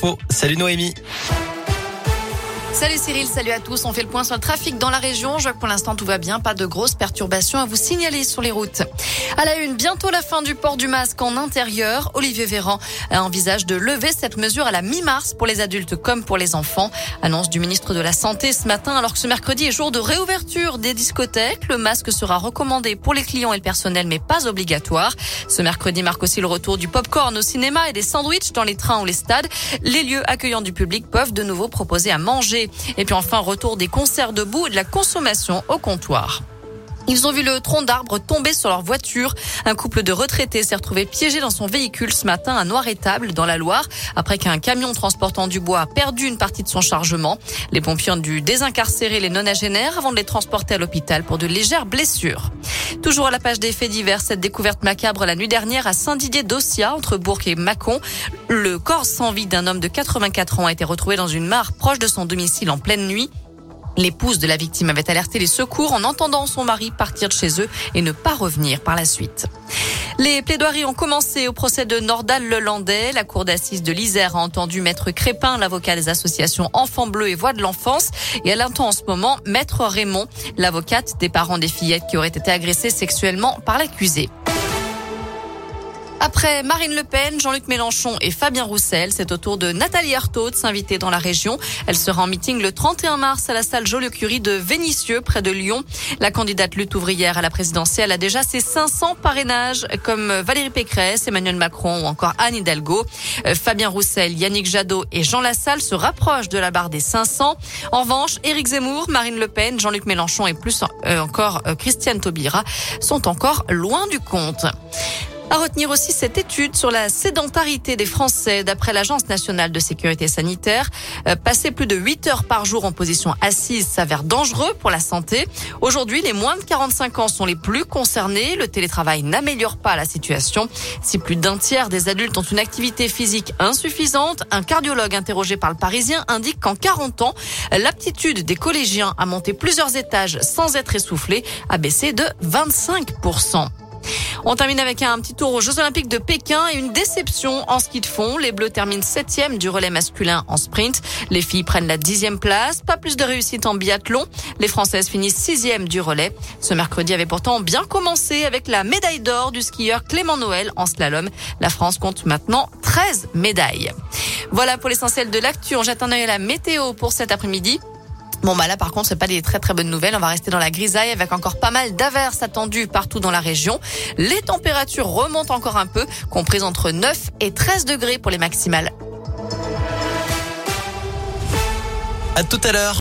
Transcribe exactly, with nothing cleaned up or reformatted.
l'info. Salut Noémie. Salut Cyril, salut à tous. On fait le point sur le trafic dans la région. Je vois que pour l'instant tout va bien, pas de grosses perturbations à vous signaler sur les routes. À la une, bientôt la fin du port du masque en intérieur. Olivier Véran envisage de lever cette mesure à la mi-mars pour les adultes comme pour les enfants. Annonce du ministre de la Santé ce matin, alors que ce mercredi est jour de réouverture des discothèques. Le masque sera recommandé pour les clients et le personnel, mais pas obligatoire. Ce mercredi marque aussi le retour du popcorn au cinéma et des sandwichs dans les trains ou les stades. Les lieux accueillants du public peuvent de nouveau proposer à manger. Et puis enfin, retour des concerts debout et de la consommation au comptoir. Ils ont vu le tronc d'arbre tomber sur leur voiture. Un couple de retraités s'est retrouvé piégé dans son véhicule ce matin à Noir-Étable, dans la Loire, après qu'un camion transportant du bois a perdu une partie de son chargement. Les pompiers ont dû désincarcérer les nonagénaires avant de les transporter à l'hôpital pour de légères blessures. Toujours à la page des faits divers, cette découverte macabre la nuit dernière à Saint-Didier-d'Ossia, entre Bourg et Mâcon. Le corps sans vie d'un homme de quatre-vingt-quatre ans a été retrouvé dans une mare proche de son domicile en pleine nuit. L'épouse de la victime avait alerté les secours en entendant son mari partir de chez eux et ne pas revenir par la suite. Les plaidoiries ont commencé au procès de Nordal-Lelandais. La cour d'assises de l'Isère a entendu Maître Crépin, l'avocat des associations Enfants Bleus et Voix de l'Enfance. Et elle entend en ce moment Maître Raymond, l'avocate des parents des fillettes qui auraient été agressées sexuellement par l'accusé. Après Marine Le Pen, Jean-Luc Mélenchon et Fabien Roussel, c'est au tour de Nathalie Arthaud de s'inviter dans la région. Elle sera en meeting le trente et un mars à la salle Joliot-Curie de Vénissieux, près de Lyon. La candidate lutte ouvrière à la présidentielle a déjà ses cinq cents parrainages, comme Valérie Pécresse, Emmanuel Macron ou encore Anne Hidalgo. Fabien Roussel, Yannick Jadot et Jean Lassalle se rapprochent de la barre des cinq cents. En revanche, Éric Zemmour, Marine Le Pen, Jean-Luc Mélenchon et plus euh, encore euh, Christiane Taubira sont encore loin du compte. À retenir aussi cette étude sur la sédentarité des Français. D'après l'Agence nationale de sécurité sanitaire, euh, passer plus de huit heures par jour en position assise s'avère dangereux pour la santé. Aujourd'hui, les moins de quarante-cinq ans sont les plus concernés. Le télétravail n'améliore pas la situation. Si plus d'un tiers des adultes ont une activité physique insuffisante, un cardiologue interrogé par le Parisien indique qu'en quarante ans, l'aptitude des collégiens à monter plusieurs étages sans être essoufflés a baissé de vingt-cinq pour cent. On termine avec un petit tour aux Jeux Olympiques de Pékin et une déception en ski de fond. Les Bleus terminent septième du relais masculin en sprint. Les filles prennent la dixième place. Pas plus de réussite en biathlon. Les Françaises finissent sixième du relais. Ce mercredi avait pourtant bien commencé avec la médaille d'or du skieur Clément Noël en slalom. La France compte maintenant treize médailles. Voilà pour l'essentiel de l'actu. On jette un œil à la météo pour cet après-midi. Bon bah là par contre c'est pas des très très bonnes nouvelles, on va rester dans la grisaille avec encore pas mal d'averses attendues partout dans la région. Les températures remontent encore un peu, comprises entre neuf et treize degrés pour les maximales. À tout à l'heure.